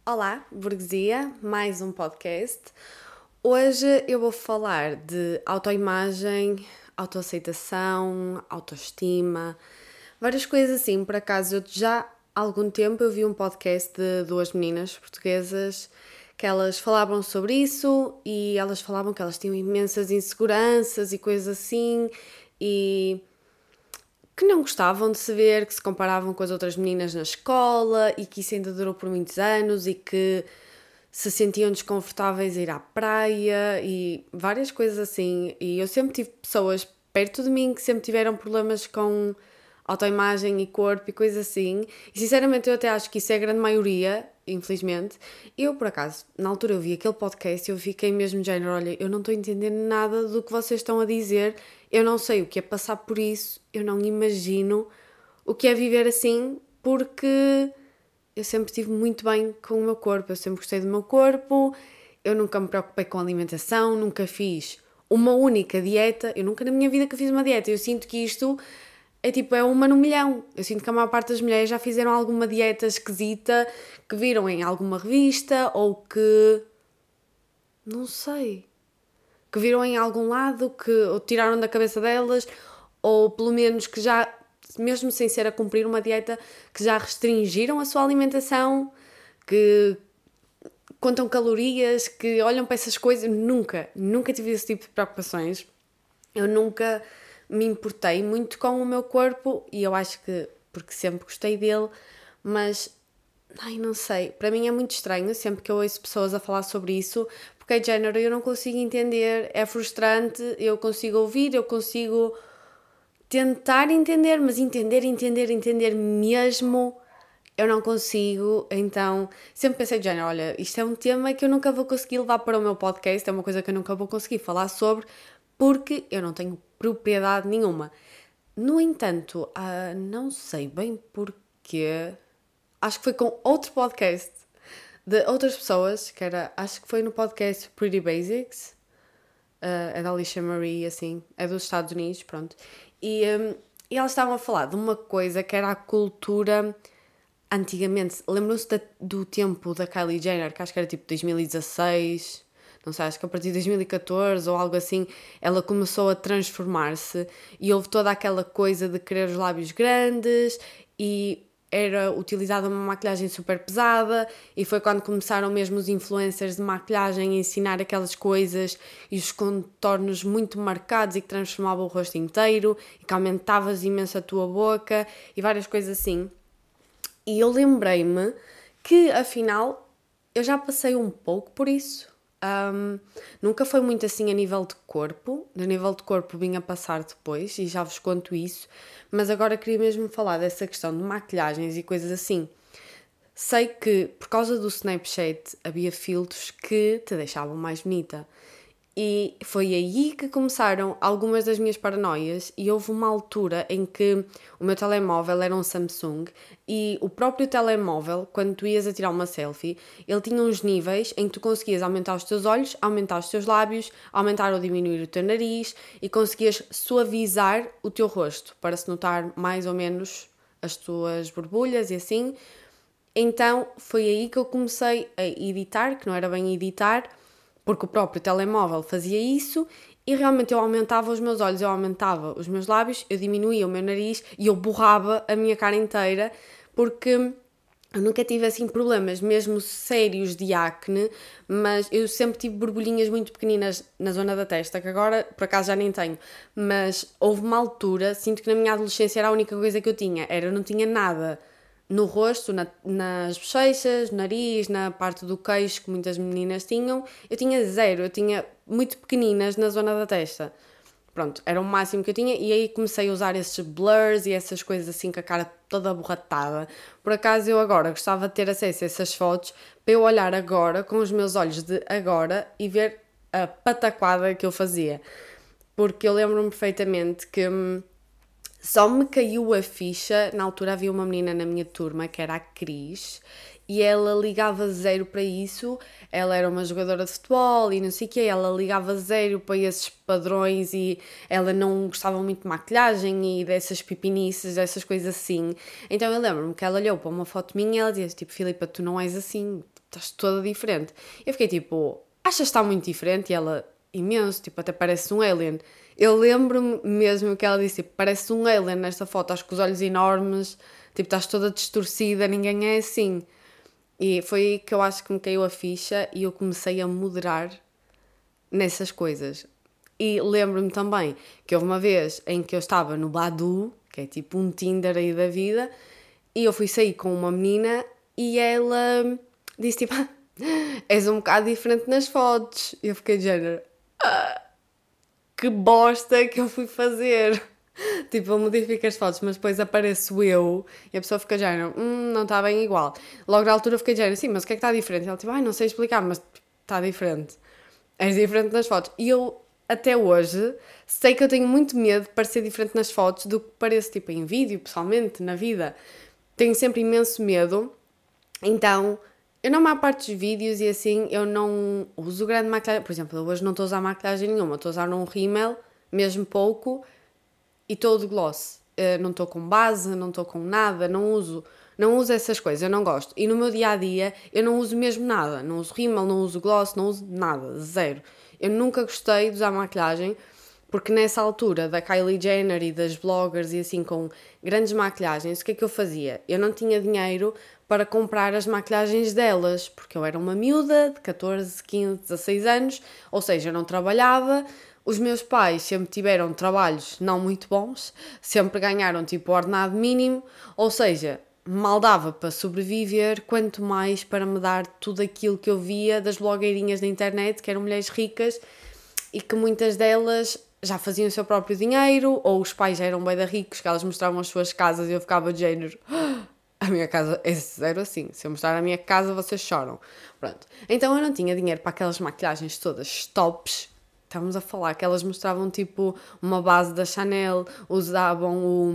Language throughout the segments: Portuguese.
Olá, Burguesia, mais um podcast. Hoje eu vou falar de autoimagem, autoaceitação, autoestima, várias coisas assim. Por acaso, já há algum tempo eu vi um podcast de duas meninas portuguesas que elas falavam sobre isso e elas falavam que elas tinham imensas inseguranças e coisas assim e que não gostavam de se ver, que se comparavam com as outras meninas na escola e que isso ainda durou por muitos anos e que se sentiam desconfortáveis a ir à praia e várias coisas assim. E eu sempre tive pessoas perto de mim que sempre tiveram problemas com autoimagem e corpo e coisas assim. E sinceramente eu até acho que isso é a grande maioria, infelizmente. Eu, por acaso, na altura eu vi aquele podcast e eu fiquei mesmo de género, olha, eu não estou a entender nada do que vocês estão a dizer, eu não sei o que é passar por isso, eu não imagino o que é viver assim, porque eu sempre estive muito bem com o meu corpo, eu sempre gostei do meu corpo, eu nunca me preocupei com alimentação, nunca fiz uma única dieta, eu nunca na minha vida que fiz uma dieta, eu sinto que isto é uma no milhão. Eu sinto que a maior parte das mulheres já fizeram alguma dieta esquisita que viram em alguma revista ou que, não sei, que viram em algum lado, que ou tiraram da cabeça delas, ou pelo menos que já, mesmo sem ser a cumprir uma dieta, que já restringiram a sua alimentação, que contam calorias, que olham para essas coisas. Nunca tive esse tipo de preocupações. Eu nunca me importei muito com o meu corpo e eu acho que porque sempre gostei dele, mas não sei, para mim é muito estranho sempre que eu ouço pessoas a falar sobre isso, porque é de género, eu não consigo entender, é frustrante, eu consigo ouvir, eu consigo tentar entender, mas entender mesmo, eu não consigo, então sempre pensei de género, olha, isto é um tema que eu nunca vou conseguir levar para o meu podcast, é uma coisa que eu nunca vou conseguir falar sobre, porque eu não tenho propriedade nenhuma. No entanto, não sei bem porquê, acho que foi com outro podcast de outras pessoas, que era, acho que foi no podcast Pretty Basics, é da Alicia Marie, assim, é dos Estados Unidos, pronto. E elas estavam a falar de uma coisa que era a cultura antigamente. Lembram-se do tempo da Kylie Jenner, que acho que era tipo 2016, não sei, acho que a partir de 2014 ou algo assim, ela começou a transformar-se e houve toda aquela coisa de querer os lábios grandes e era utilizada uma maquilhagem super pesada e foi quando começaram mesmo os influencers de maquilhagem a ensinar aquelas coisas e os contornos muito marcados e que transformavam o rosto inteiro e que aumentavas imenso a tua boca e várias coisas assim. E eu lembrei-me que, afinal, eu já passei um pouco por isso. Nunca foi muito assim a nível de corpo. A nível de corpo vim a passar depois e já vos conto isso. Mas agora queria mesmo falar dessa questão de maquilhagens e coisas assim. Sei que, por causa do Snapchat, havia filtros que te deixavam mais bonita. E foi aí que começaram algumas das minhas paranoias e houve uma altura em que o meu telemóvel era um Samsung e o próprio telemóvel, quando tu ias a tirar uma selfie, ele tinha uns níveis em que tu conseguias aumentar os teus olhos, aumentar os teus lábios, aumentar ou diminuir o teu nariz e conseguias suavizar o teu rosto para se notar mais ou menos as tuas borbulhas e assim. Então foi aí que eu comecei a editar, que não era bem editar, porque o próprio telemóvel fazia isso e realmente eu aumentava os meus olhos, eu aumentava os meus lábios, eu diminuía o meu nariz e eu borrava a minha cara inteira, porque eu nunca tive assim problemas mesmo sérios de acne, mas eu sempre tive borbulhinhas muito pequeninas na zona da testa, que agora por acaso já nem tenho, mas houve uma altura, sinto que na minha adolescência era a única coisa que eu tinha, eu não tinha nada no rosto, nas bochechas, no nariz, na parte do queixo que muitas meninas tinham, eu tinha zero, eu tinha muito pequeninas na zona da testa. Pronto, era o máximo que eu tinha e aí comecei a usar esses blurs e essas coisas assim com a cara toda aborratada. Por acaso eu agora gostava de ter acesso a essas fotos para eu olhar agora com os meus olhos de agora e ver a pataquada que eu fazia. Porque eu lembro-me perfeitamente que só me caiu a ficha, na altura havia uma menina na minha turma que era a Cris e ela ligava zero para isso, ela era uma jogadora de futebol e não sei o quê, ela ligava zero para esses padrões e ela não gostava muito de maquilhagem e dessas pipinices, dessas coisas assim. Então eu lembro-me que ela olhou para uma foto minha e ela disse tipo, Filipa, tu não és assim, estás toda diferente. Eu fiquei tipo, achas que está muito diferente? E ela, imenso, tipo, até parece um alien. Eu lembro-me mesmo que ela disse, tipo, parece um alien nesta foto, acho que os olhos enormes, tipo, estás toda distorcida, ninguém é assim. E foi aí que eu acho que me caiu a ficha e eu comecei a moderar nessas coisas. E lembro-me também que houve uma vez em que eu estava no Badoo, que é tipo um Tinder aí da vida, e eu fui sair com uma menina e ela disse tipo, és um bocado diferente nas fotos. E eu fiquei de género, que bosta que eu fui fazer. Tipo, eu modifico as fotos, mas depois apareço eu e a pessoa fica de género, não está bem igual. Logo na altura eu fiquei de género, sim, mas o que é que está diferente? E ela tipo, não sei explicar, mas está diferente. És diferente nas fotos. E eu, até hoje, sei que eu tenho muito medo de parecer diferente nas fotos do que pareço, tipo, em vídeo, pessoalmente, na vida. Tenho sempre imenso medo. Então, eu na maior parte dos vídeos e assim, eu não uso grande maquilhagem. Por exemplo, eu hoje não estou a usar maquilhagem nenhuma. Estou a usar um rímel, mesmo pouco, e estou de gloss. Não estou com base, não estou com nada, não uso essas coisas, eu não gosto. E no meu dia-a-dia eu não uso mesmo nada. Não uso rímel, não uso gloss, não uso nada, zero. Eu nunca gostei de usar maquilhagem, porque nessa altura da Kylie Jenner e das bloggers e assim com grandes maquilhagens, o que é que eu fazia? Eu não tinha dinheiro para comprar as maquilhagens delas, porque eu era uma miúda de 14, 15, 16 anos, ou seja, eu não trabalhava. Os meus pais sempre tiveram trabalhos não muito bons, sempre ganharam tipo ordenado mínimo, ou seja, mal dava para sobreviver, quanto mais para me dar tudo aquilo que eu via das blogueirinhas da internet, que eram mulheres ricas e que muitas delas já faziam o seu próprio dinheiro, ou os pais já eram bem da ricos, que elas mostravam as suas casas e eu ficava de género, a minha casa é zero assim, se eu mostrar a minha casa vocês choram. Pronto, então eu não tinha dinheiro para aquelas maquilhagens todas tops. Estávamos a falar que elas mostravam tipo uma base da Chanel, usavam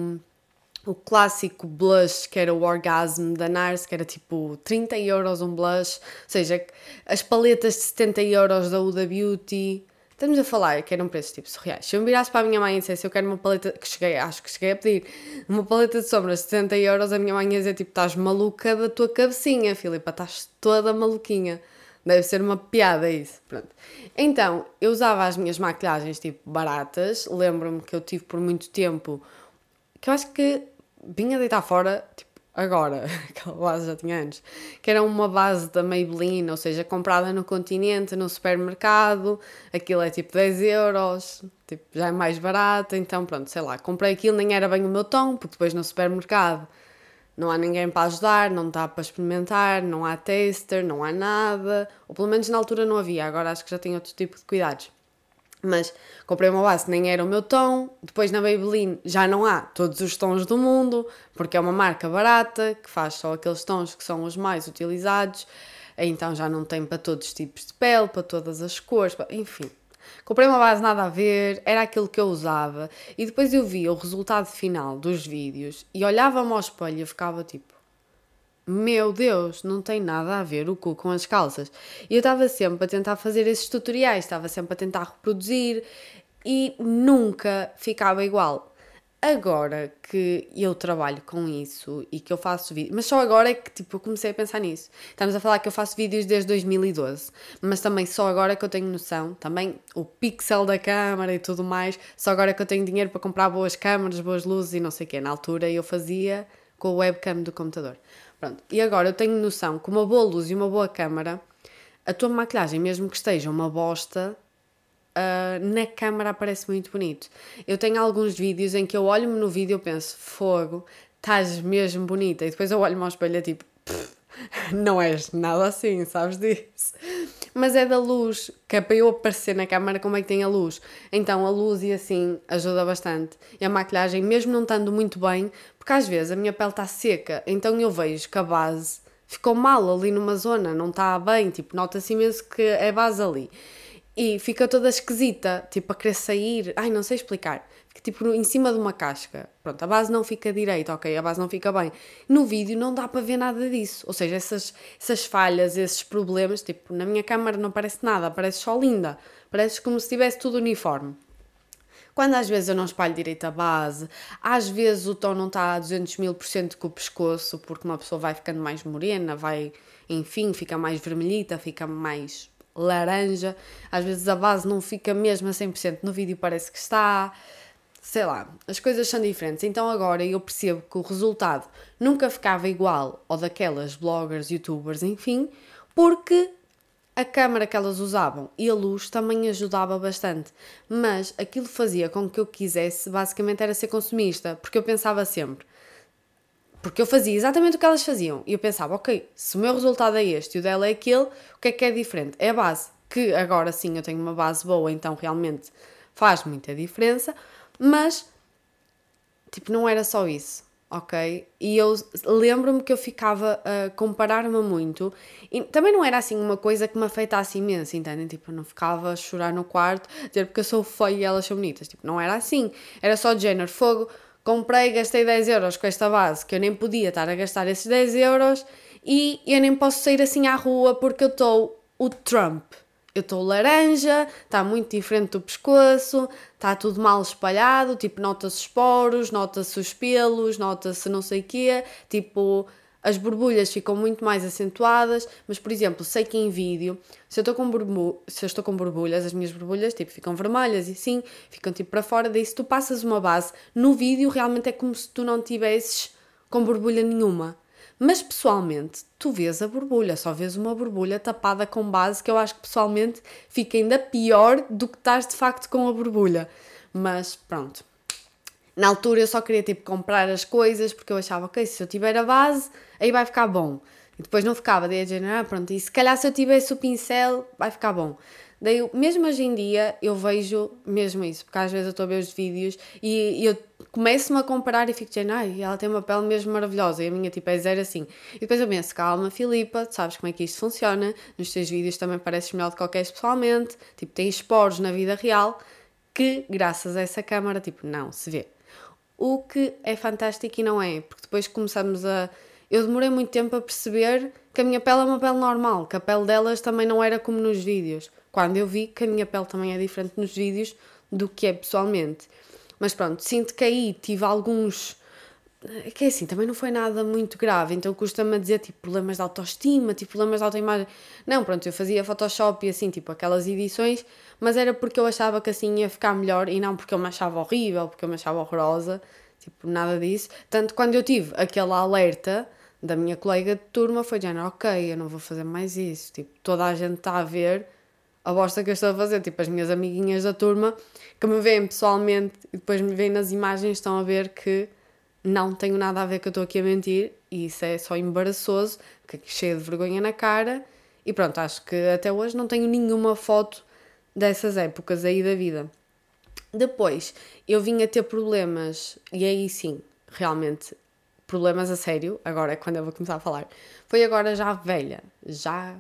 o clássico blush que era o Orgasm da NARS, que era tipo 30€ um blush, ou seja, as paletas de 70€ da Huda Beauty. Estamos a falar que eram preços tipo surreais. Se eu me virasse para a minha mãe e dissesse eu quero uma paleta, acho que cheguei a pedir, uma paleta de sombras de 70€, a minha mãe ia dizer tipo, estás maluca da tua cabecinha, Filipa, estás toda maluquinha. Deve ser uma piada isso, pronto. Então, eu usava as minhas maquilhagens tipo baratas, lembro-me que eu tive por muito tempo, que eu acho que vinha deitar fora, tipo, agora, aquela base já tinha anos, que era uma base da Maybelline, ou seja, comprada no continente, no supermercado, aquilo é tipo 10€, tipo, já é mais barato, então pronto, sei lá, comprei aquilo, nem era bem o meu tom, porque depois no supermercado não há ninguém para ajudar, não dá para experimentar, não há taster, não há nada, ou pelo menos na altura não havia, agora acho que já tem outro tipo de cuidados. Mas comprei uma base que nem era o meu tom, depois na Maybelline já não há todos os tons do mundo, porque é uma marca barata, que faz só aqueles tons que são os mais utilizados, então já não tem para todos os tipos de pele, para todas as cores, enfim. Comprei uma base nada a ver, era aquilo que eu usava, e depois eu via o resultado final dos vídeos e olhava-me ao espelho e eu ficava tipo, meu Deus, não tem nada a ver o cu com as calças. E eu estava sempre a tentar fazer esses tutoriais, estava sempre a tentar reproduzir e nunca ficava igual. Agora que eu trabalho com isso e que eu faço vídeos, mas só agora é que tipo, eu comecei a pensar nisso. Estamos a falar que eu faço vídeos desde 2012, mas também só agora é que eu tenho noção, também o pixel da câmara e tudo mais, só agora é que eu tenho dinheiro para comprar boas câmaras, boas luzes e não sei o quê. Na altura eu fazia com o webcam do computador. Pronto. E agora eu tenho noção que uma boa luz e uma boa câmara, a tua maquilhagem, mesmo que esteja uma bosta, na câmara aparece muito bonito. Eu tenho alguns vídeos em que eu olho-me no vídeo e penso, fogo, estás mesmo bonita. E depois eu olho-me ao espelho e tipo, não és nada assim, sabes disso? Mas é da luz, que é para eu aparecer na câmara como é que tem a luz. Então a luz e assim ajuda bastante. E a maquilhagem, mesmo não estando muito bem, porque às vezes a minha pele está seca, então eu vejo que a base ficou mal ali numa zona, não está bem, tipo, nota-se imenso que é base ali. E fica toda esquisita, tipo, a querer sair. Ai, não sei explicar. Fica tipo em cima de uma casca. Pronto, a base não fica direita, ok, a base não fica bem. No vídeo não dá para ver nada disso. Ou seja, essas falhas, esses problemas, tipo, na minha câmara não parece nada, parece só linda. Parece como se tivesse tudo uniforme. quando às vezes eu não espalho direito a base, às vezes o tom não está a 200.000% com o pescoço, porque uma pessoa vai ficando mais morena, enfim, fica mais vermelhita, fica mais laranja, às vezes a base não fica mesmo a 100%, no vídeo parece que está, sei lá, as coisas são diferentes. Então agora eu percebo que o resultado nunca ficava igual ao daquelas bloggers, youtubers, enfim, porque a câmara que elas usavam e a luz também ajudava bastante, mas aquilo fazia com que eu quisesse, basicamente, era ser consumista, porque eu pensava sempre, porque eu fazia exatamente o que elas faziam, e eu pensava, ok, se o meu resultado é este e o dela é aquele, o que é diferente? É a base, que agora sim eu tenho uma base boa, então realmente faz muita diferença, mas, tipo, não era só isso. Ok? E eu lembro-me que eu ficava a comparar-me muito e também não era assim uma coisa que me afetasse imenso, entendem? Tipo, eu não ficava a chorar no quarto, dizer porque eu sou feia e elas são bonitas. Tipo, não era assim. Era só de género, fogo, comprei, gastei 10 euros com esta base, que eu nem podia estar a gastar esses 10 euros e eu nem posso sair assim à rua porque eu estou o Trump. Eu estou laranja, está muito diferente do pescoço, está tudo mal espalhado, tipo, nota-se os poros, nota-se os pelos, nota-se não sei o quê, tipo, as borbulhas ficam muito mais acentuadas, mas, por exemplo, sei que em vídeo, se eu estou com borbulhas, as minhas borbulhas, tipo, ficam vermelhas e assim, ficam, tipo, para fora, daí se tu passas uma base, no vídeo realmente é como se tu não tivesses com borbulha nenhuma. Mas pessoalmente, tu vês a borbulha, só vês uma borbulha tapada com base, que eu acho que pessoalmente fica ainda pior do que estás de facto com a borbulha. Mas pronto. Na altura eu só queria tipo comprar as coisas porque eu achava, ok, se eu tiver a base, aí vai ficar bom. E depois não ficava, daí a dizer, pronto, e se calhar se eu tivesse o pincel, vai ficar bom. Daí, mesmo hoje em dia, eu vejo mesmo isso, porque às vezes eu estou a ver os vídeos e eu começo-me a comparar e fico dizendo, ai, ela tem uma pele mesmo maravilhosa e a minha tipo é zero assim. E depois eu penso, calma, Filipa, tu sabes como é que isto funciona, nos teus vídeos também pareces melhor do que qualquer pessoalmente, tipo, tens poros na vida real que, graças a essa câmara, tipo, não se vê. O que é fantástico e não é, porque depois começamos a... Eu demorei muito tempo a perceber que a minha pele é uma pele normal, que a pele delas também não era como nos vídeos. Quando eu vi que a minha pele também é diferente nos vídeos do que é pessoalmente. Mas pronto, sinto que aí tive alguns... Que é assim, também não foi nada muito grave, então custa-me a dizer, tipo, problemas de autoestima, tipo, problemas de autoimagem. Não, pronto, eu fazia Photoshop e assim, tipo, aquelas edições, mas era porque eu achava que assim ia ficar melhor e não porque eu me achava horrível, porque eu me achava horrorosa, tipo, nada disso. Tanto quando eu tive aquele alerta da minha colega de turma, foi de género, ok, eu não vou fazer mais isso, tipo, toda a gente está a ver a bosta que eu estou a fazer, tipo, as minhas amiguinhas da turma, que me veem pessoalmente e depois me veem nas imagens, estão a ver que não tenho nada a ver que eu estou aqui a mentir e isso é só embaraçoso, que cheio de vergonha na cara e pronto, acho que até hoje não tenho nenhuma foto dessas épocas aí da vida. Depois, eu vim a ter problemas, e aí sim, realmente, problemas a sério, agora é quando eu vou começar a falar, foi agora já velha, já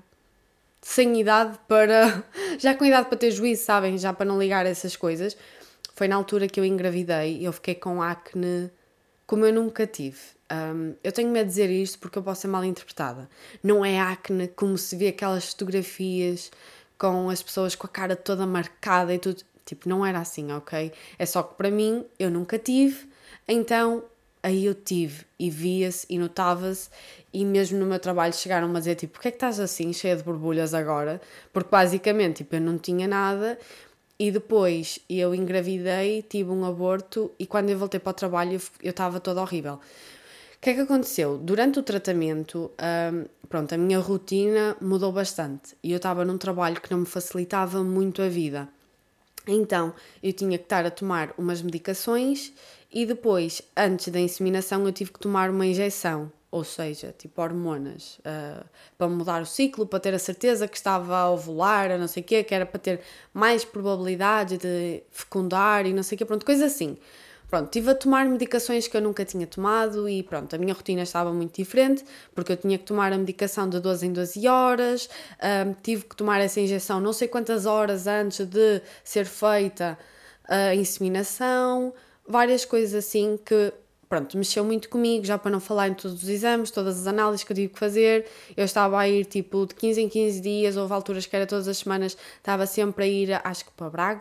sem idade para, já com idade para ter juízo, sabem, já para não ligar a essas coisas, foi na altura que eu engravidei e eu fiquei com acne como eu nunca tive. Eu tenho medo de dizer isto porque eu posso ser mal interpretada. Não é acne como se vê aquelas fotografias com as pessoas com a cara toda marcada e tudo. Tipo, não era assim, ok? É só que para mim, eu nunca tive, então aí eu tive e via-se e notava-se e mesmo no meu trabalho chegaram-me a dizer tipo, porquê é que estás assim, cheia de borbulhas agora? Porque basicamente, tipo, eu não tinha nada e depois eu engravidei, tive um aborto e quando eu voltei para o trabalho eu estava toda horrível. O que é que aconteceu? Durante o tratamento, pronto, a minha rotina mudou bastante e eu estava num trabalho que não me facilitava muito a vida. Então, eu tinha que estar a tomar umas medicações e depois, antes da inseminação, eu tive que tomar uma injeção, ou seja, tipo hormonas, para mudar o ciclo, para ter a certeza que estava a ovular, a não sei o quê, que era para ter mais probabilidade de fecundar e não sei o quê, pronto, coisa assim. Pronto, estive a tomar medicações que eu nunca tinha tomado e pronto, a minha rotina estava muito diferente, porque eu tinha que tomar a medicação de 12 em 12 horas, tive que tomar essa injeção não sei quantas horas antes de ser feita a inseminação, várias coisas assim que, pronto, mexeu muito comigo, já para não falar em todos os exames, todas as análises que eu tive que fazer, eu estava a ir tipo de 15 em 15 dias, houve alturas que era todas as semanas, estava sempre a ir, acho que para Braga,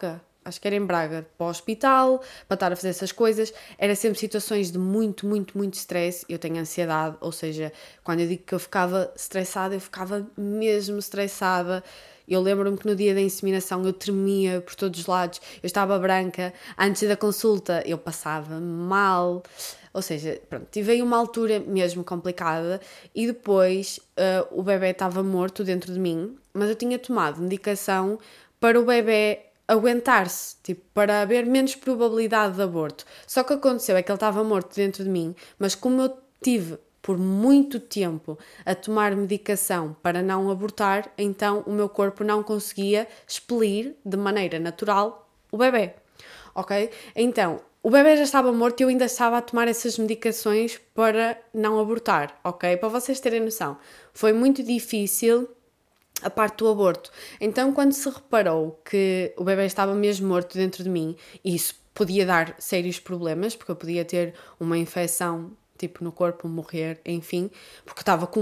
acho que era em Braga, para o hospital, para estar a fazer essas coisas. Era sempre situações de muito, muito, muito stress. Eu tenho ansiedade, ou seja, quando eu digo que eu ficava estressada, eu ficava mesmo estressada. Eu lembro-me que no dia da inseminação eu tremia por todos os lados, eu estava branca, antes da consulta eu passava mal, ou seja, pronto, tive aí uma altura mesmo complicada e depois o bebê estava morto dentro de mim, mas eu tinha tomado medicação para o bebê aguentar-se, tipo, para haver menos probabilidade de aborto. Só que o que aconteceu é que ele estava morto dentro de mim, mas como eu tive por muito tempo a tomar medicação para não abortar, então o meu corpo não conseguia expelir de maneira natural o bebê, ok? Então, o bebê já estava morto e eu ainda estava a tomar essas medicações para não abortar, ok? Para vocês terem noção, foi muito difícil a parte do aborto. Então, quando se reparou que o bebê estava mesmo morto dentro de mim, e isso podia dar sérios problemas, porque eu podia ter uma infecção tipo no corpo, morrer, enfim, porque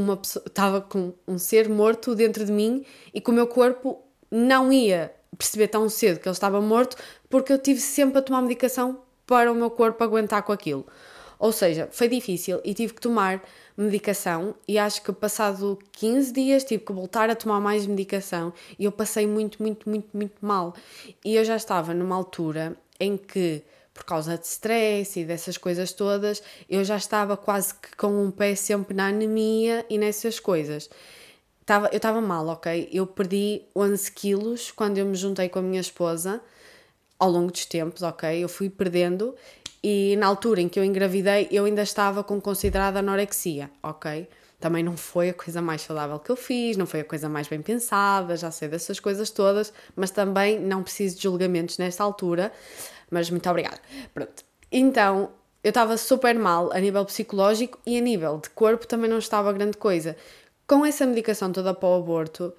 estava com um ser morto dentro de mim e que o meu corpo não ia perceber tão cedo que ele estava morto, porque eu tive sempre a tomar medicação para o meu corpo aguentar com aquilo. Ou seja, foi difícil e tive que tomar medicação e acho que passado 15 dias tive que voltar a tomar mais medicação e eu passei muito, muito, muito, muito mal. E eu já estava numa altura em que, por causa de stress e dessas coisas todas, eu já estava quase que com um pé sempre na anemia e nessas coisas. Eu estava mal, ok? Eu perdi 11 quilos quando eu me juntei com a minha esposa ao longo dos tempos, ok? Eu fui perdendo e na altura em que eu engravidei eu ainda estava com considerada anorexia, ok? Também não foi a coisa mais saudável que eu fiz, não foi a coisa mais bem pensada, já sei dessas coisas todas, mas também não preciso de julgamentos nesta altura, mas muito obrigada. Pronto, então eu estava super mal a nível psicológico e a nível de corpo também não estava grande coisa. Com essa medicação toda para o aborto,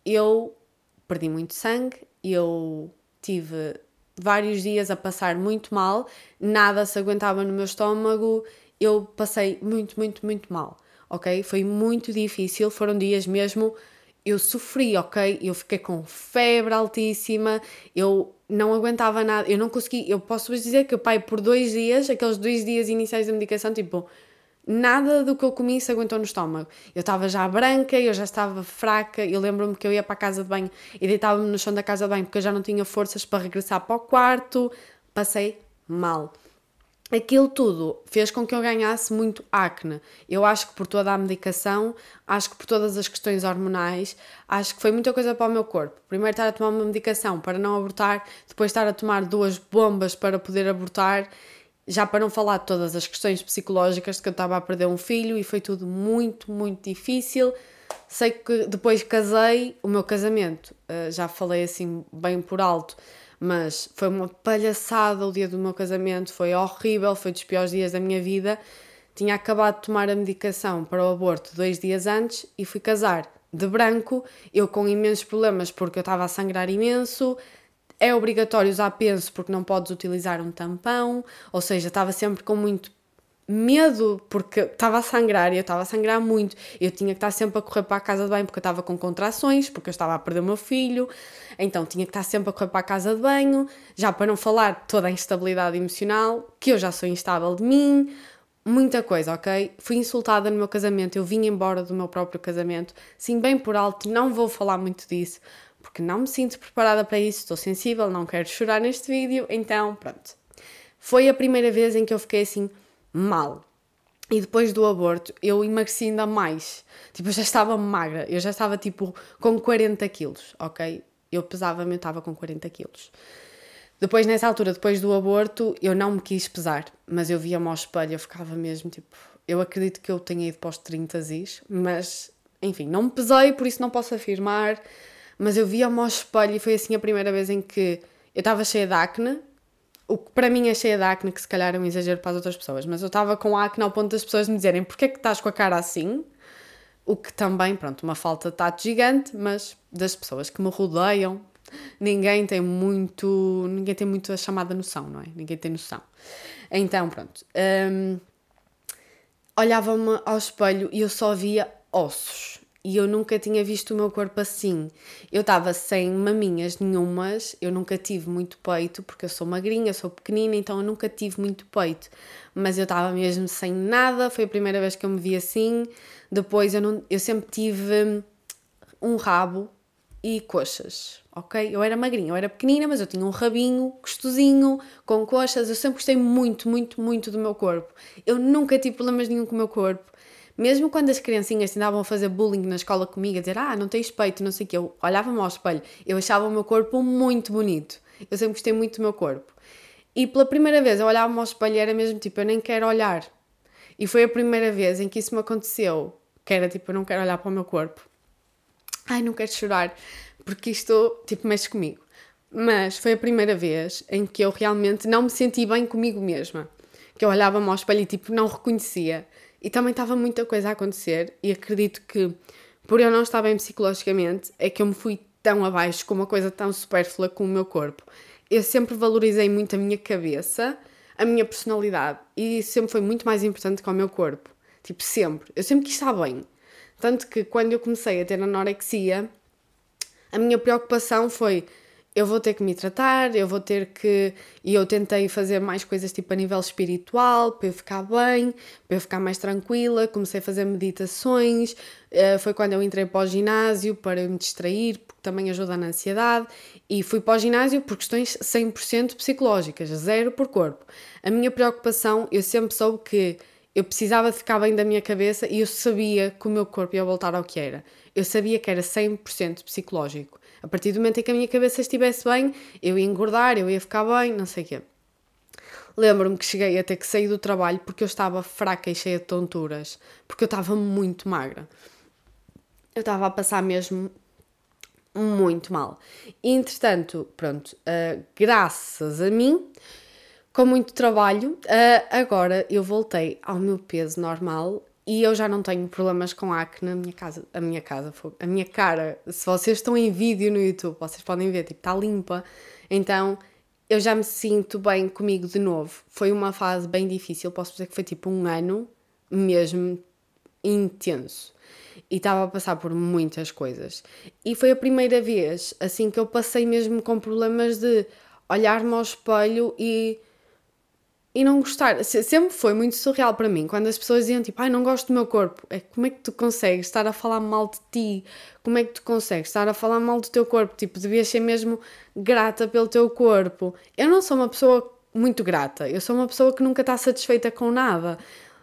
eu perdi muito sangue, eu tive vários dias a passar muito mal, nada se aguentava no meu estômago, eu passei muito, muito, muito mal, ok? Foi muito difícil, foram dias mesmo, eu sofri, ok? Eu fiquei com febre altíssima, eu não aguentava nada, eu não consegui, eu posso vos dizer que, pai, por 2 dias, aqueles 2 dias iniciais da medicação, tipo, nada do que eu comi se aguentou no estômago. Eu estava já branca, eu já estava fraca. Eu lembro-me que eu ia para a casa de banho e deitava-me no chão da casa de banho porque eu já não tinha forças para regressar para o quarto. Passei mal. Aquilo tudo fez com que eu ganhasse muito acne. Eu acho que por toda a medicação, acho que por todas as questões hormonais, acho que foi muita coisa para o meu corpo. Primeiro estar a tomar uma medicação para não abortar, depois estar a tomar 2 bombas para poder abortar. Já para não falar de todas as questões psicológicas de que eu estava a perder um filho e foi tudo muito, muito difícil. Sei que depois casei, o meu casamento, já falei assim bem por alto, mas foi uma palhaçada o dia do meu casamento, foi horrível, foi dos piores dias da minha vida. Tinha acabado de tomar a medicação para o aborto 2 dias antes e fui casar de branco, eu com imensos problemas porque eu estava a sangrar imenso. É obrigatório usar penso porque não podes utilizar um tampão, ou seja, estava sempre com muito medo porque estava a sangrar e eu estava a sangrar muito. Eu tinha que estar sempre a correr para a casa de banho porque eu estava com contrações, porque eu estava a perder o meu filho, então tinha que estar sempre a correr para a casa de banho, já para não falar de toda a instabilidade emocional, que eu já sou instável de mim, muita coisa, ok? Fui insultada no meu casamento, eu vim embora do meu próprio casamento, sim, bem por alto, não vou falar muito disso, porque não me sinto preparada para isso, estou sensível, não quero chorar neste vídeo, então pronto. Foi a primeira vez em que eu fiquei assim mal. E depois do aborto eu emagreci ainda mais. Tipo, eu já estava magra, eu já estava tipo com 40 quilos, ok? Eu pesava-me, eu estava com 40 quilos. Depois, nessa altura, depois do aborto, eu não me quis pesar, mas eu via-me ao espelho, eu ficava mesmo tipo... Eu acredito que eu tenha ido para os 30 mas, enfim, não me pesei, por isso não posso afirmar, mas eu via-me ao espelho e foi assim a primeira vez em que eu estava cheia de acne, o que para mim é cheia de acne, que se calhar é um exagero para as outras pessoas, mas eu estava com acne ao ponto das pessoas me dizerem porque é que estás com a cara assim? O que também, pronto, uma falta de tato gigante, mas das pessoas que me rodeiam, ninguém tem muito a chamada noção, não é? Ninguém tem noção. Então, pronto, olhava-me ao espelho e eu só via ossos. e eu nunca tinha visto o meu corpo assim. Eu estava sem maminhas nenhumas, eu nunca tive muito peito, porque eu sou magrinha, sou pequenina, então eu nunca tive muito peito. Mas eu estava mesmo sem nada, foi a primeira vez que eu me vi assim. Depois eu sempre tive um rabo e coxas, ok? Eu era magrinha, eu era pequenina, mas eu tinha um rabinho gostosinho, com coxas. Eu sempre gostei muito, muito, muito do meu corpo. Eu nunca tive problemas nenhum com o meu corpo. Mesmo quando as criancinhas andavam a fazer bullying na escola comigo, a dizer, não tens peito, não sei o quê, eu olhava-me ao espelho, eu achava o meu corpo muito bonito. Eu sempre gostei muito do meu corpo. E pela primeira vez eu olhava-me ao espelho e era mesmo tipo, eu nem quero olhar. E foi a primeira vez em que isso me aconteceu, que era tipo, eu não quero olhar para o meu corpo. Não quero chorar, porque isto, tipo, mexe comigo. Mas foi a primeira vez em que eu realmente não me senti bem comigo mesma. Que eu olhava-me ao espelho e, tipo, não reconhecia. E também estava muita coisa a acontecer e acredito que, por eu não estar bem psicologicamente, é que eu me fui tão abaixo com uma coisa tão supérflua como o meu corpo. Eu sempre valorizei muito a minha cabeça, a minha personalidade, e isso sempre foi muito mais importante que o meu corpo. Tipo, sempre. Eu sempre quis estar bem. Tanto que quando eu comecei a ter anorexia, a minha preocupação foi, eu vou ter que me tratar, eu vou ter que... E eu tentei fazer mais coisas tipo a nível espiritual, para eu ficar bem, para eu ficar mais tranquila. Comecei a fazer meditações, foi quando eu entrei para o ginásio para eu me distrair, porque também ajuda na ansiedade. E fui para o ginásio por questões 100% psicológicas, zero por corpo. A minha preocupação, eu sempre soube que eu precisava de ficar bem da minha cabeça e eu sabia que o meu corpo ia voltar ao que era. Eu sabia que era 100% psicológico. A partir do momento em que a minha cabeça estivesse bem, eu ia engordar, eu ia ficar bem, não sei o quê. Lembro-me que cheguei a ter que sair do trabalho porque eu estava fraca e cheia de tonturas. Porque eu estava muito magra. Eu estava a passar mesmo muito mal. E, entretanto, pronto, graças a mim, com muito trabalho, agora eu voltei ao meu peso normal e eu já não tenho problemas com acne na minha casa. A minha cara, se vocês estão em vídeo no YouTube, vocês podem ver, tipo, está limpa. Então, eu já me sinto bem comigo de novo. Foi uma fase bem difícil, posso dizer que foi tipo um ano mesmo intenso. E estava a passar por muitas coisas. E foi a primeira vez, assim, que eu passei mesmo com problemas de olhar-me ao espelho e não gostar. Sempre foi muito surreal para mim, quando as pessoas diziam tipo, não gosto do meu corpo. Como é que tu consegues estar a falar mal de ti? Como é que tu consegues estar a falar mal do teu corpo? Tipo, devias ser mesmo grata pelo teu corpo. Eu não sou uma pessoa muito grata, eu sou uma pessoa que nunca está satisfeita com nada.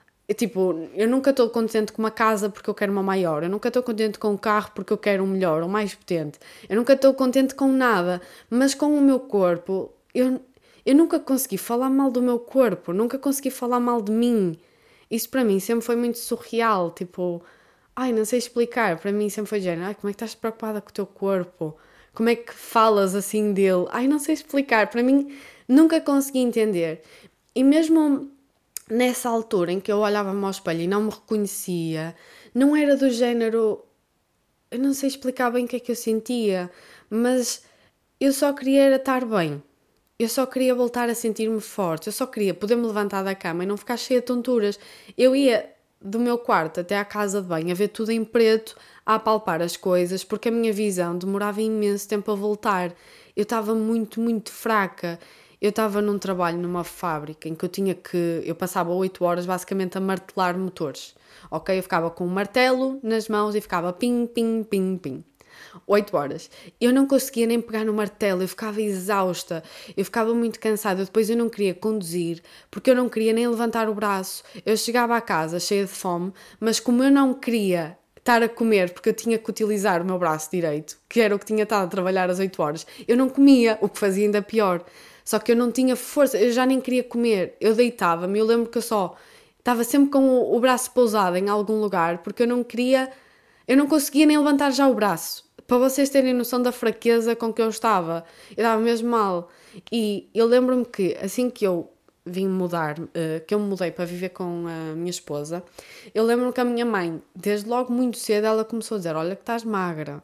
Eu nunca estou contente com uma casa porque eu quero uma maior. Eu nunca estou contente com um carro porque eu quero um melhor, um mais potente. Eu nunca estou contente com nada. Mas com o meu corpo, eu nunca consegui falar mal do meu corpo. Nunca consegui falar mal de mim. Isso para mim sempre foi muito surreal. Tipo, não sei explicar. Para mim sempre foi de género. Como é que estás preocupada com o teu corpo? Como é que falas assim dele? Não sei explicar. Para mim, nunca consegui entender. E mesmo nessa altura em que eu olhava-me ao espelho e não me reconhecia, não era do género... Eu não sei explicar bem o que é que eu sentia, mas eu só queria era estar bem. Eu só queria voltar a sentir-me forte. Eu só queria poder-me levantar da cama e não ficar cheia de tonturas. Eu ia do meu quarto até à casa de banho a ver tudo em preto, a apalpar as coisas, porque a minha visão demorava imenso tempo a voltar. Eu estava muito, muito fraca. Eu estava num trabalho numa fábrica em que eu passava 8 horas basicamente a martelar motores, ok? Eu ficava com um martelo nas mãos e ficava pim, pim, pim, pim. 8 horas. Eu não conseguia nem pegar no martelo, eu ficava exausta, eu ficava muito cansada, depois eu não queria conduzir, porque eu não queria nem levantar o braço. Eu chegava à casa cheia de fome, mas como eu não queria estar a comer, porque eu tinha que utilizar o meu braço direito, que era o que tinha estado a trabalhar às 8 horas, eu não comia, o que fazia ainda pior. Só que eu não tinha força, eu já nem queria comer, eu deitava-me, eu lembro que eu só estava sempre com o braço pousado em algum lugar, porque eu não conseguia nem levantar já o braço. Para vocês terem noção da fraqueza com que eu estava mesmo mal. E eu lembro-me que assim que eu vim mudar, que eu me mudei para viver com a minha esposa, eu lembro-me que a minha mãe, desde logo muito cedo, ela começou a dizer, olha que estás magra,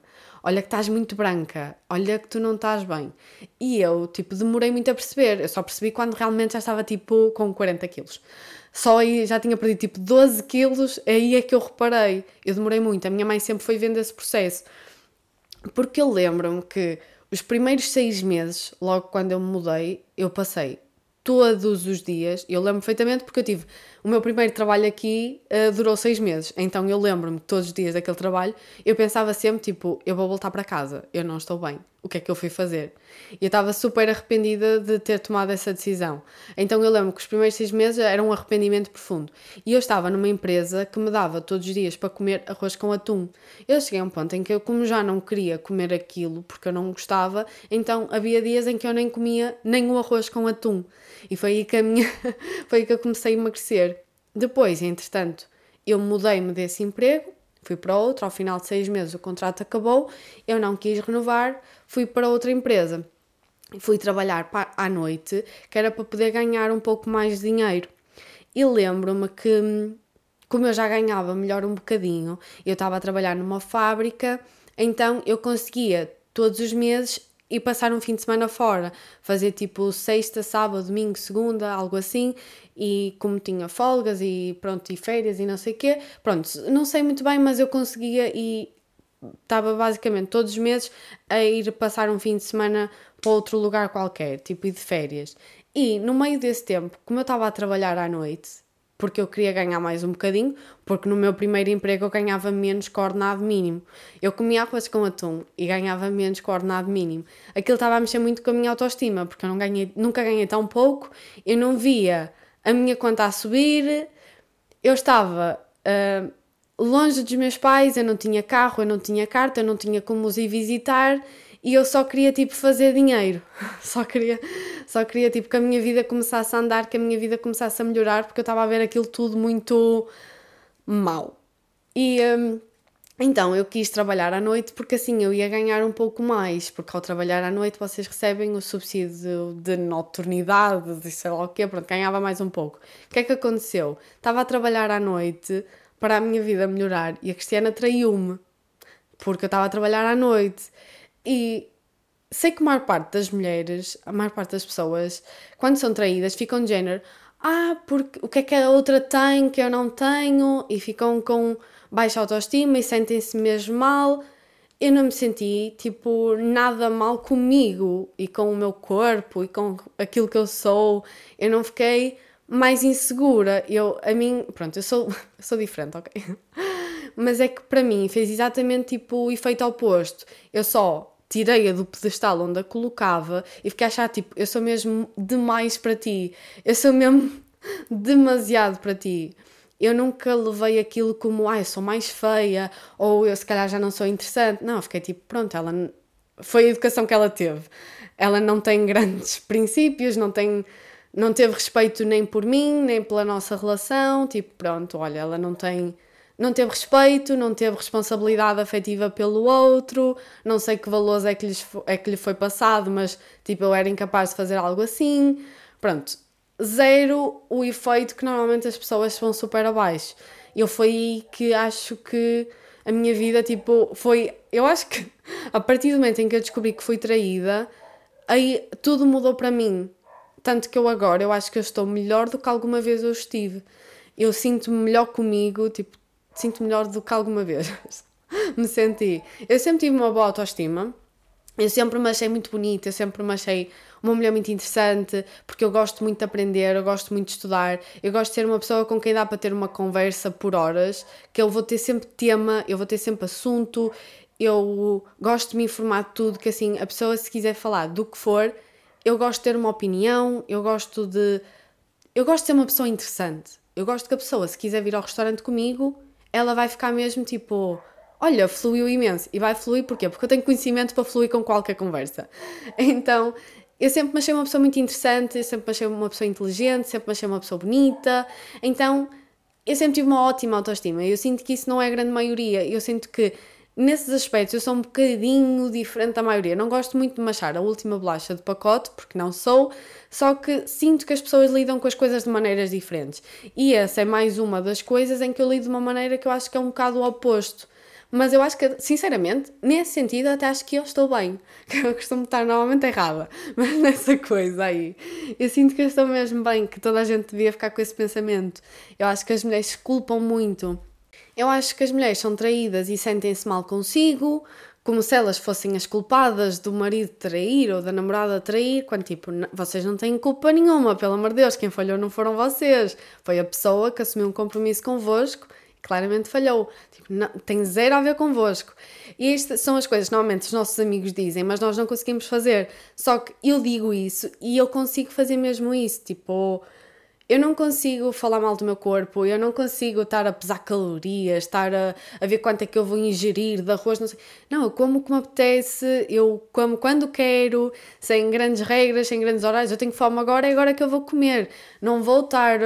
olha que estás muito branca, olha que tu não estás bem. E eu, tipo, demorei muito a perceber, eu só percebi quando realmente já estava, tipo, com 40 quilos. Só aí já tinha perdido, tipo, 12 quilos, aí é que eu reparei. Eu demorei muito, a minha mãe sempre foi vendo esse processo. Porque eu lembro-me que os primeiros 6 meses, logo quando eu me mudei, eu passei todos os dias, eu lembro perfeitamente porque eu tive o meu primeiro trabalho aqui, durou 6 meses, então eu lembro-me que todos os dias daquele trabalho eu pensava sempre, tipo, eu vou voltar para casa, eu não estou bem, o que é que eu fui fazer? E eu estava super arrependida de ter tomado essa decisão, então eu lembro que os primeiros 6 meses era um arrependimento profundo, e eu estava numa empresa que me dava todos os dias para comer arroz com atum. Eu cheguei a um ponto em que eu, como já não queria comer aquilo porque eu não gostava, então havia dias em que eu nem comia nem o arroz com atum. E foi aí que foi aí que eu comecei a emagrecer. Depois, entretanto, eu mudei-me desse emprego, fui para outro, ao final de 6 meses o contrato acabou, eu não quis renovar, fui para outra empresa. Fui trabalhar à noite, que era para poder ganhar um pouco mais de dinheiro. E lembro-me que, como eu já ganhava melhor um bocadinho, eu estava a trabalhar numa fábrica, então eu conseguia todos os meses ir passar um fim de semana fora, fazer tipo sexta, sábado, domingo, segunda, algo assim, e como tinha folgas e pronto, e férias e não sei o quê, pronto, não sei muito bem, mas eu conseguia e estava basicamente todos os meses a ir passar um fim de semana para outro lugar qualquer, tipo ir de férias. E no meio desse tempo, como eu estava a trabalhar à noite, porque eu queria ganhar mais um bocadinho, porque no meu primeiro emprego eu ganhava menos que o ordenado mínimo. Eu comia arroz com atum e ganhava menos que o ordenado mínimo. Aquilo estava a mexer muito com a minha autoestima, porque eu nunca ganhei tão pouco, eu não via a minha conta a subir, eu estava longe dos meus pais, eu não tinha carro, eu não tinha carta, eu não tinha como os ir visitar e eu só queria tipo fazer dinheiro. Só queria tipo que a minha vida começasse a andar, que a minha vida começasse a melhorar, porque eu estava a ver aquilo tudo muito mau. E então eu quis trabalhar à noite porque assim eu ia ganhar um pouco mais, porque ao trabalhar à noite vocês recebem o subsídio de nocturnidade, de sei lá o quê, pronto, ganhava mais um pouco. O que é que aconteceu? Estava a trabalhar à noite para a minha vida melhorar e a Cristiana traiu-me, porque eu estava a trabalhar à noite. E sei que a maior parte das mulheres, a maior parte das pessoas, quando são traídas, ficam de género, porque o que é que a outra tem que eu não tenho? E ficam com baixa autoestima e sentem-se mesmo mal. Eu não me senti, tipo, nada mal comigo e com o meu corpo e com aquilo que eu sou. Eu não fiquei mais insegura. Pronto, eu sou diferente, ok? Mas é que para mim fez exatamente tipo o efeito oposto. Eu só tirei-a do pedestal onde a colocava e fiquei a achar tipo, eu sou mesmo demais para ti. Eu sou mesmo demasiado para ti. Eu nunca levei aquilo como, eu sou mais feia, ou eu se calhar já não sou interessante. Não, eu fiquei tipo, pronto, foi a educação que ela teve. Ela não tem grandes princípios, não teve respeito nem por mim, nem pela nossa relação. Tipo, pronto, olha, ela não teve respeito, não teve responsabilidade afetiva pelo outro, não sei que valores é que lhe foi passado, mas tipo, eu era incapaz de fazer algo assim. Pronto, zero o efeito que normalmente as pessoas vão super abaixo. Eu foi aí que acho que a minha vida, tipo, foi... Eu acho que a partir do momento em que eu descobri que fui traída, aí tudo mudou para mim. Tanto que eu acho que eu estou melhor do que alguma vez eu estive. Eu sinto-me melhor comigo, tipo, sinto melhor do que alguma vez me senti. Eu sempre tive uma boa autoestima, eu sempre me achei muito bonita, eu sempre me achei uma mulher muito interessante, porque eu gosto muito de aprender, eu gosto muito de estudar, eu gosto de ser uma pessoa com quem dá para ter uma conversa por horas, que eu vou ter sempre tema, eu vou ter sempre assunto, eu gosto de me informar de tudo, que assim, a pessoa se quiser falar do que for, eu gosto de ter uma opinião, eu gosto de ser uma pessoa interessante. Eu gosto que a pessoa, se quiser vir ao restaurante comigo, ela vai ficar mesmo tipo, olha, fluiu imenso. E vai fluir porquê? Porque eu tenho conhecimento para fluir com qualquer conversa. Então, eu sempre me achei uma pessoa muito interessante, eu sempre me achei uma pessoa inteligente, sempre me achei uma pessoa bonita. Então, eu sempre tive uma ótima autoestima. Eu sinto que isso não é a grande maioria. Eu sinto que nesses aspectos eu sou um bocadinho diferente da maioria. Não gosto muito de me achar a última bolacha de pacote, porque não sou, só que sinto que as pessoas lidam com as coisas de maneiras diferentes. E essa é mais uma das coisas em que eu lido de uma maneira que eu acho que é um bocado o oposto. Mas eu acho que, sinceramente, nesse sentido, até acho que eu estou bem. Que eu costumo estar normalmente errada. Mas nessa coisa aí, eu sinto que eu estou mesmo bem, que toda a gente devia ficar com esse pensamento. Eu acho que as mulheres se culpam muito. Eu acho que as mulheres são traídas e sentem-se mal consigo, como se elas fossem as culpadas do marido trair ou da namorada trair, quando tipo, vocês não têm culpa nenhuma, pelo amor de Deus, quem falhou não foram vocês, foi a pessoa que assumiu um compromisso convosco e claramente falhou. Tipo, não, tem zero a ver convosco. E estas são as coisas que normalmente os nossos amigos dizem, mas nós não conseguimos fazer. Só que eu digo isso e eu consigo fazer mesmo isso, tipo. Eu não consigo falar mal do meu corpo, eu não consigo estar a pesar calorias, estar a ver quanto é que eu vou ingerir de arroz, não sei. Não, eu como o que me apetece, eu como quando quero, sem grandes regras, sem grandes horários. Eu tenho fome agora, é agora que eu vou comer. Não vou estar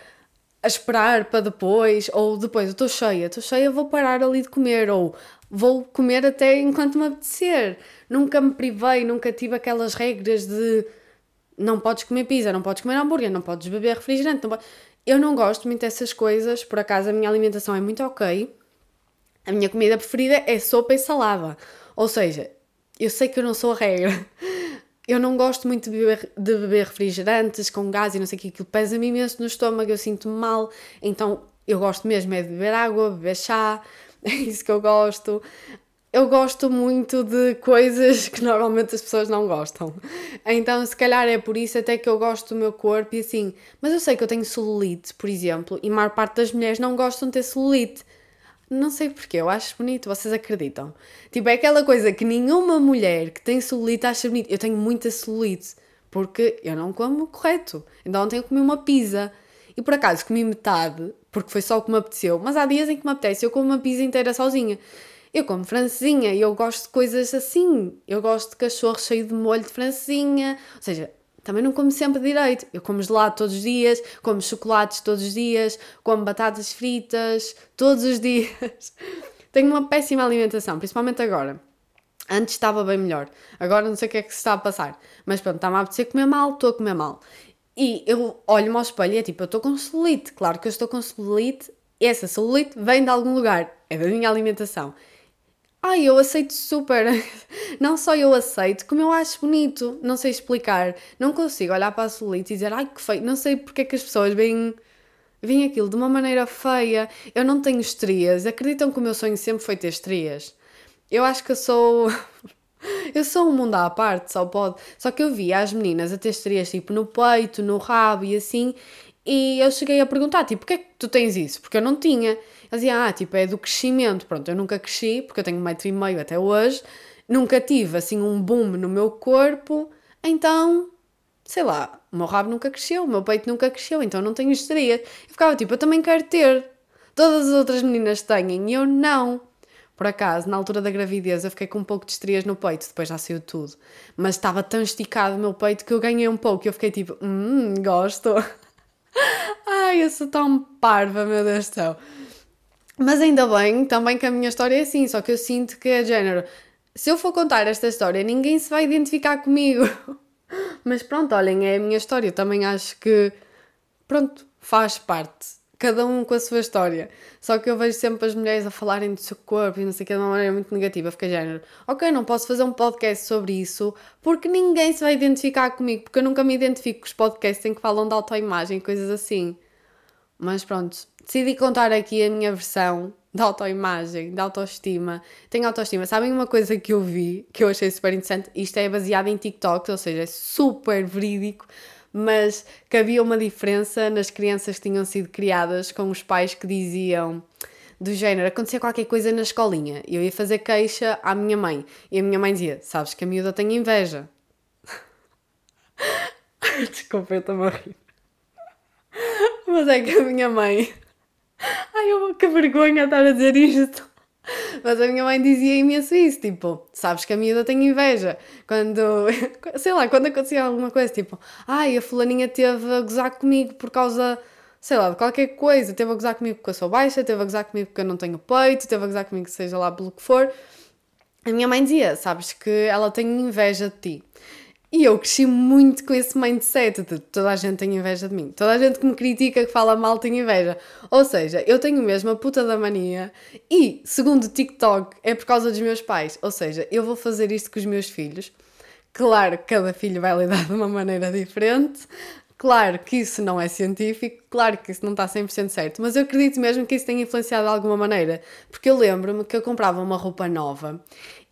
a esperar para depois, ou depois, eu estou cheia, vou parar ali de comer, ou vou comer até enquanto me apetecer. Nunca me privei, nunca tive aquelas regras de não podes comer pizza, não podes comer hambúrguer, não podes beber refrigerante. Eu não gosto muito dessas coisas, por acaso a minha alimentação é muito ok. A minha comida preferida é sopa e salada. Ou seja, eu sei que eu não sou a regra. Eu não gosto muito de beber refrigerantes com gás e não sei o que, aquilo pesa-me imenso no estômago, eu sinto-me mal. Então eu gosto mesmo é de beber água, beber chá, é isso que eu gosto. Eu gosto muito de coisas que normalmente as pessoas não gostam. Então, se calhar é por isso até que eu gosto do meu corpo e assim. Mas eu sei que eu tenho celulite, por exemplo, e a maior parte das mulheres não gostam de ter celulite. Não sei porquê, eu acho bonito, vocês acreditam? Tipo, é aquela coisa que nenhuma mulher que tem celulite acha bonito. Eu tenho muita celulite, porque eu não como correto. Então ontem eu comi uma pizza. E por acaso comi metade, porque foi só o que me apeteceu. Mas há dias em que me apetece, eu como uma pizza inteira sozinha. Eu como francesinha e eu gosto de coisas assim. Eu gosto de cachorro cheio de molho de francesinha. Ou seja, também não como sempre direito. Eu como gelado todos os dias, como chocolates todos os dias, como batatas fritas todos os dias. Tenho uma péssima alimentação, principalmente agora. Antes estava bem melhor. Agora não sei o que é que se está a passar. Mas pronto, está-me a apetecer comer mal, estou a comer mal. E eu olho-me ao espelho e é tipo, eu estou com celulite. Claro que eu estou com celulite. E essa celulite vem de algum lugar. É da minha alimentação. Ai, eu aceito super. Não só eu aceito, como eu acho bonito. Não sei explicar. Não consigo olhar para a celulite e dizer, ai que feio. Não sei porque é que as pessoas veem aquilo de uma maneira feia. Eu não tenho estrias. Acreditam que o meu sonho sempre foi ter estrias? Eu acho que eu sou. Eu sou um mundo à parte, só pode. Só que eu via as meninas a ter estrias tipo no peito, no rabo e assim. E eu cheguei a perguntar, tipo, porquê é que tu tens isso? Porque eu não tinha. Eu dizia, tipo, é do crescimento. Pronto, eu nunca cresci, porque eu tenho 1,5 m até hoje. Nunca tive, assim, um boom no meu corpo. Então, sei lá, o meu rabo nunca cresceu, o meu peito nunca cresceu, então não tenho estrias. Eu ficava tipo, eu também quero ter. Todas as outras meninas têm e eu não. Por acaso, na altura da gravidez, eu fiquei com um pouco de estrias no peito, depois já saiu tudo. Mas estava tão esticado o meu peito que eu ganhei um pouco. E eu fiquei tipo, gosto. Ai, eu sou tão parva, meu Deus do céu. Mas ainda bem, também que a minha história é assim, só que eu sinto que é de género. Se eu for contar esta história, ninguém se vai identificar comigo. Mas pronto, olhem, é a minha história. Eu também acho que, pronto, faz parte. Cada um com a sua história. Só que eu vejo sempre as mulheres a falarem do seu corpo e não sei o que, de uma maneira muito negativa. Fica género, ok, não posso fazer um podcast sobre isso porque ninguém se vai identificar comigo, porque eu nunca me identifico com os podcasts em que falam de autoimagem e coisas assim. Mas pronto, decidi contar aqui a minha versão da autoimagem, da autoestima. Tenho autoestima. Sabem uma coisa que eu vi, que eu achei super interessante? Isto é baseado em TikTok, ou seja, é super verídico, mas que havia uma diferença nas crianças que tinham sido criadas com os pais que diziam do género, acontecia qualquer coisa na escolinha. Eu ia fazer queixa à minha mãe. E a minha mãe dizia, sabes que a miúda tem inveja. Desculpa, eu estou a rir. Mas é que a minha mãe... Ai, que vergonha estar a dizer isto. Mas a minha mãe dizia imenso isso, tipo, sabes que a miúda tem inveja. Quando, sei lá, quando acontecia alguma coisa, tipo, ai, a fulaninha teve a gozar comigo por causa, sei lá, de qualquer coisa. Teve a gozar comigo porque eu sou baixa, teve a gozar comigo porque eu não tenho peito, teve a gozar comigo seja lá pelo que for. A minha mãe dizia, sabes que ela tem inveja de ti. E eu cresci muito com esse mindset de toda a gente tem inveja de mim. Toda a gente que me critica, que fala mal, tem inveja. Ou seja, eu tenho mesmo a puta da mania e, segundo o TikTok, é por causa dos meus pais. Ou seja, eu vou fazer isto com os meus filhos. Claro que cada filho vai lidar de uma maneira diferente. Claro que isso não é científico. Claro que isso não está 100% certo. Mas eu acredito mesmo que isso tenha influenciado de alguma maneira. Porque eu lembro-me que eu comprava uma roupa nova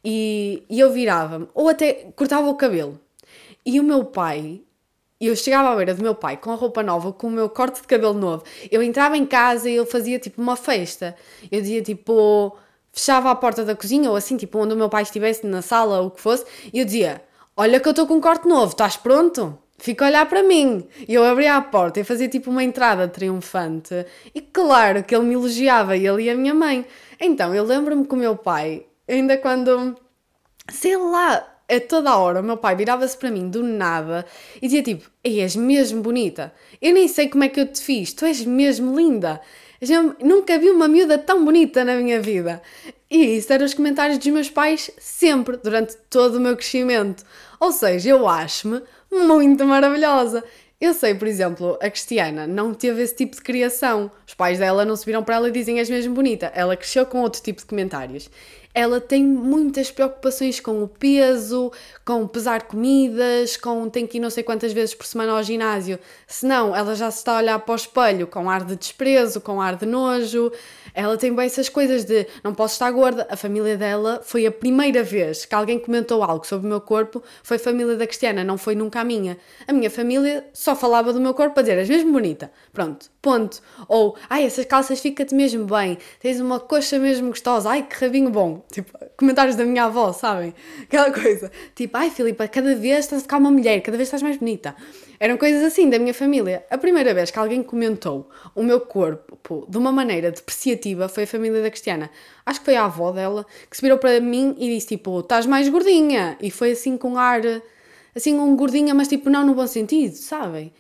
e eu virava-me. Ou até cortava o cabelo. E o meu pai, eu chegava à beira do meu pai com a roupa nova, com o meu corte de cabelo novo. Eu entrava em casa e ele fazia tipo uma festa. Eu dizia tipo, fechava a porta da cozinha ou assim, tipo onde o meu pai estivesse, na sala ou o que fosse, e eu dizia: Olha que eu estou com um corte novo, estás pronto? Fica a olhar para mim. E eu abria a porta e fazia tipo uma entrada triunfante. E claro que ele me elogiava, ele e a minha mãe. Então eu lembro-me que o meu pai, ainda quando, sei lá, a toda a hora o meu pai virava-se para mim do nada e dizia tipo: Ei, és mesmo bonita. Eu nem sei como é que eu te fiz, tu és mesmo linda. Nunca vi uma miúda tão bonita na minha vida. E isso eram os comentários dos meus pais sempre, durante todo o meu crescimento. Ou seja, eu acho-me muito maravilhosa. Eu sei, por exemplo, a Cristiana não teve esse tipo de criação. Os pais dela não se viram para ela e dizem: És mesmo bonita. Ela cresceu com outro tipo de comentários. Ela tem muitas preocupações com o peso, com pesar comidas, com tem que ir não sei quantas vezes por semana ao ginásio. Senão, ela já se está a olhar para o espelho com ar de desprezo, com ar de nojo. Ela tem bem essas coisas de não posso estar gorda. A família dela foi a primeira vez que alguém comentou algo sobre o meu corpo, foi a família da Cristiana, não foi nunca a minha. A minha família só falava do meu corpo para dizer: és mesmo bonita. Pronto, ponto. Ou, ai, essas calças ficam-te mesmo bem, tens uma coxa mesmo gostosa, ai, que rabinho bom. Tipo, comentários da minha avó, sabem? Aquela coisa. Tipo, ai, Filipa, cada vez estás a ficar uma mulher, cada vez estás mais bonita. Eram coisas assim da minha família. A primeira vez que alguém comentou o meu corpo de uma maneira depreciativa foi a família da Cristiana. Acho que foi a avó dela que se virou para mim e disse tipo: estás mais gordinha. E foi assim com ar, assim um gordinha, mas tipo não no bom sentido, sabem?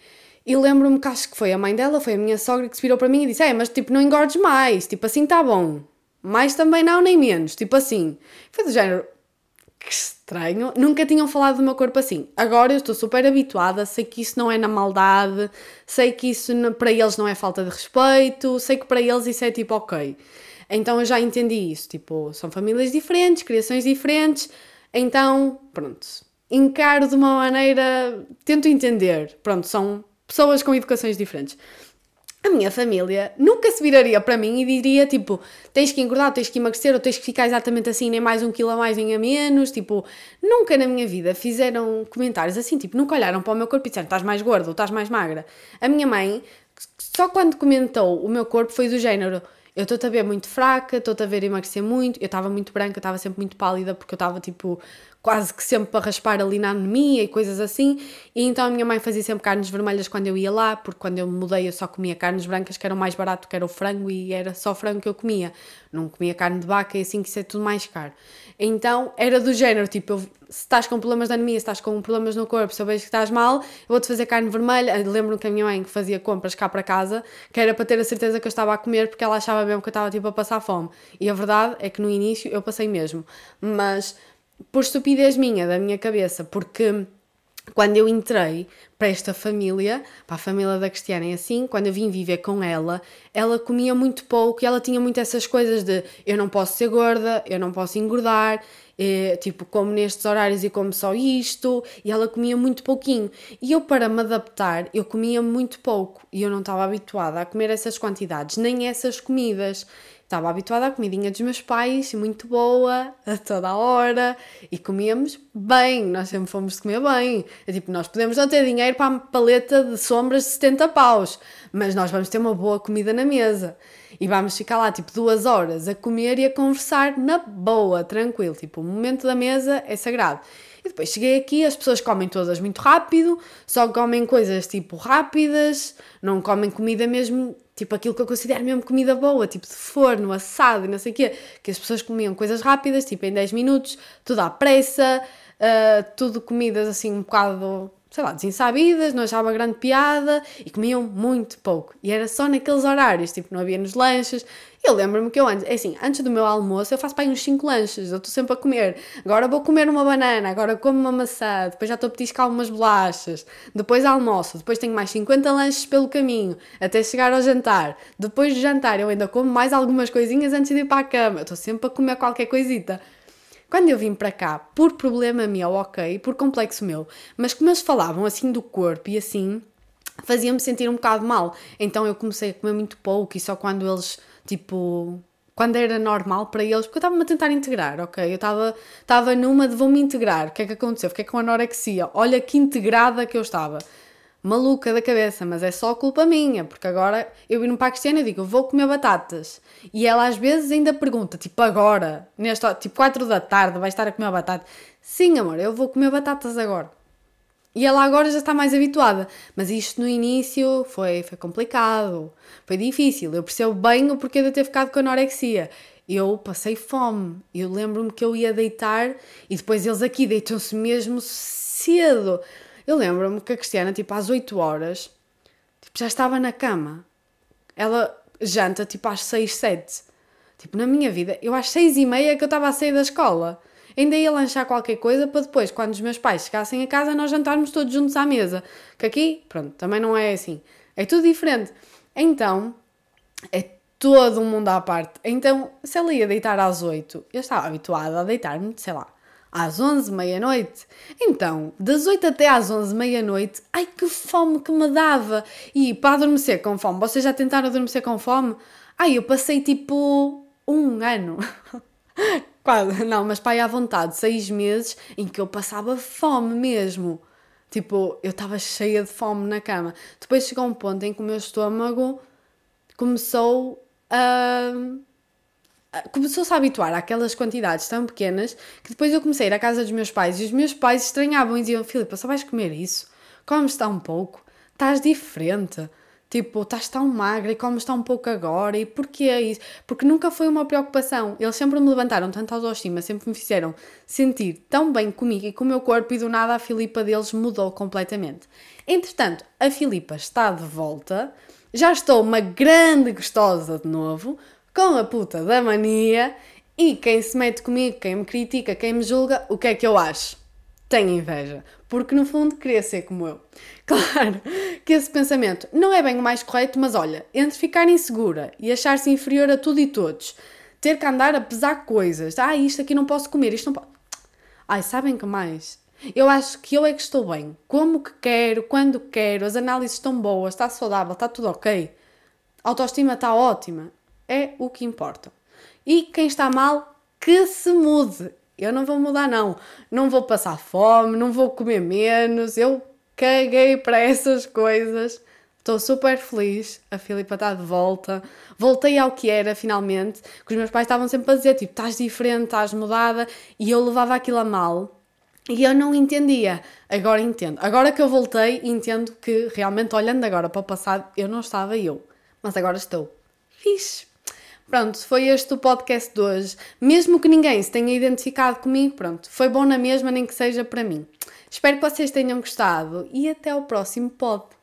E lembro-me que acho que foi a mãe dela, foi a minha sogra que se virou para mim e disse: mas tipo não engordes mais, tipo assim tá bom. Mais também não, nem menos, tipo assim. Foi do género: que estranho, nunca tinham falado do meu corpo assim. Agora eu estou super habituada, sei que isso não é na maldade, sei que isso para eles não é falta de respeito, sei que para eles isso é tipo ok. Então eu já entendi isso, tipo, são famílias diferentes, criações diferentes, então, pronto, encaro de uma maneira, tento entender, pronto, são pessoas com educações diferentes. A minha família nunca se viraria para mim e diria, tipo, tens que engordar, tens que emagrecer, ou tens que ficar exatamente assim, nem mais 1 quilo a mais, nem a menos, tipo, nunca na minha vida fizeram comentários assim, tipo, nunca olharam para o meu corpo e disseram: estás mais gorda ou estás mais magra. A minha mãe, só quando comentou o meu corpo foi do género: eu estou-te a ver muito fraca, estou-te a ver emagrecer muito, eu estava muito branca, eu estava sempre muito pálida, porque eu estava, tipo, quase que sempre para raspar ali na anemia e coisas assim, e então a minha mãe fazia sempre carnes vermelhas quando eu ia lá, porque quando eu me mudei eu só comia carnes brancas, que eram mais barato, que era o frango, e era só frango que eu comia, não comia carne de vaca e assim, que isso é tudo mais caro. Então era do género, tipo, se estás com problemas de anemia, se estás com problemas no corpo, se eu vejo que estás mal, eu vou-te fazer carne vermelha. Lembro-me que a minha mãe fazia compras cá para casa, que era para ter a certeza que eu estava a comer, porque ela achava mesmo que eu estava tipo a passar fome, e a verdade é que no início eu passei mesmo, mas por estupidez minha, da minha cabeça, porque quando eu entrei para esta família, para a família da Cristiana e assim, quando eu vim viver com ela, ela comia muito pouco e ela tinha muito essas coisas de eu não posso ser gorda, eu não posso engordar, tipo, como nestes horários e como só isto, e ela comia muito pouquinho. E eu, para me adaptar, eu comia muito pouco e eu não estava habituada a comer essas quantidades, nem essas comidas. Estava habituada à comidinha dos meus pais, muito boa, a toda a hora, e comíamos bem, nós sempre fomos comer bem. É tipo, nós podemos não ter dinheiro para a paleta de sombras de 70 paus, mas nós vamos ter uma boa comida na mesa. E vamos ficar lá, tipo, 2 horas a comer e a conversar na boa, tranquilo. Tipo, o momento da mesa é sagrado. E depois cheguei aqui, as pessoas comem todas muito rápido, só comem coisas, tipo, rápidas, não comem comida mesmo, tipo, aquilo que eu considero mesmo comida boa, tipo, de forno, assado e não sei o quê, que as pessoas comiam coisas rápidas, tipo, em 10 minutos, tudo à pressa, tudo comidas, assim, um bocado sei lá, desensabidas, não achava grande piada e comiam muito pouco. E era só naqueles horários, tipo, não havia nos lanches. Eu lembro-me que eu antes do meu almoço, eu faço para aí uns 5 lanches, eu estou sempre a comer. Agora vou comer uma banana, agora como uma maçã, depois já estou a petiscar umas bolachas, depois almoço, depois tenho mais 50 lanches pelo caminho, até chegar ao jantar. Depois do jantar eu ainda como mais algumas coisinhas antes de ir para a cama. Eu estou sempre a comer qualquer coisita. Quando eu vim para cá, por problema meu, ok, por complexo meu, mas como eles falavam assim do corpo e assim, fazia-me sentir um bocado mal. Então eu comecei a comer muito pouco e só quando eles, tipo, quando era normal para eles, porque eu estava-me a tentar integrar, ok? Eu estava numa de vou-me integrar. O que é que aconteceu? Fiquei com anorexia. Olha que integrada que eu estava. Maluca da cabeça, mas é só culpa minha, porque agora eu vim para a Cristiana e digo, eu vou comer batatas. E ela às vezes ainda pergunta, tipo agora, tipo 4 da tarde, vais estar a comer batata? Sim, amor, eu vou comer batatas agora. E ela agora já está mais habituada. Mas isto no início foi complicado, foi difícil. Eu percebo bem o porquê de eu ter ficado com anorexia. Eu passei fome. Eu lembro-me que eu ia deitar e depois eles aqui deitam-se mesmo cedo. Eu lembro-me que a Cristiana, tipo, às 8 horas, tipo, já estava na cama. Ela janta, tipo, às 6, 7. Tipo, na minha vida, eu às 6:30 que eu estava a sair da escola. Ainda ia lanchar qualquer coisa para depois, quando os meus pais chegassem a casa, nós jantarmos todos juntos à mesa. Que aqui, pronto, também não é assim. É tudo diferente. Então, é todo um mundo à parte. Então, se ela ia deitar às 8, eu estava habituada a deitar-me, sei lá, às 11, meia-noite. Então, das 8 até às 11, meia-noite, ai que fome que me dava! E para adormecer com fome, vocês já tentaram adormecer com fome? Ai, eu passei tipo 1 ano. Quase, não, mas pai à vontade, 6 meses em que eu passava fome mesmo. Tipo, eu estava cheia de fome na cama. Depois chegou um ponto em que o meu estômago começou a começou-se a habituar àquelas quantidades tão pequenas que depois eu comecei a ir à casa dos meus pais e os meus pais estranhavam e diziam: Filipa, só vais comer isso? Comes tão pouco? Estás diferente? Tipo, estás tão magra e comes tão pouco agora? E porquê isso? Porque nunca foi uma preocupação. Eles sempre me levantaram tanto autoestima, sempre me fizeram sentir tão bem comigo e com o meu corpo e do nada a Filipa deles mudou completamente. Entretanto, a Filipa está de volta, já estou uma grande gostosa de novo, com a puta da mania, e quem se mete comigo, quem me critica, quem me julga, o que é que eu acho? Tenho inveja, porque no fundo queria ser como eu. Claro que esse pensamento não é bem o mais correto, mas olha, entre ficar insegura e achar-se inferior a tudo e todos, ter que andar a pesar coisas, isto aqui não posso comer, isto não posso... Ai, sabem que mais? Eu acho que eu é que estou bem, como que quero, quando quero, as análises estão boas, está saudável, está tudo ok. A autoestima está ótima. É o que importa. E quem está mal, que se mude. Eu não vou mudar, não. Não vou passar fome, não vou comer menos. Eu caguei para essas coisas. Estou super feliz. A Filipa está de volta. Voltei ao que era, finalmente. Que os meus pais estavam sempre a dizer, tipo, estás diferente, estás mudada. E eu levava aquilo a mal. E eu não entendia. Agora entendo. Agora que eu voltei, entendo que, realmente, olhando agora para o passado, eu não estava eu. Mas agora estou. Fixe. Pronto, foi este o podcast de hoje. Mesmo que ninguém se tenha identificado comigo, pronto, foi bom na mesma, nem que seja para mim. Espero que vocês tenham gostado e até ao próximo pod.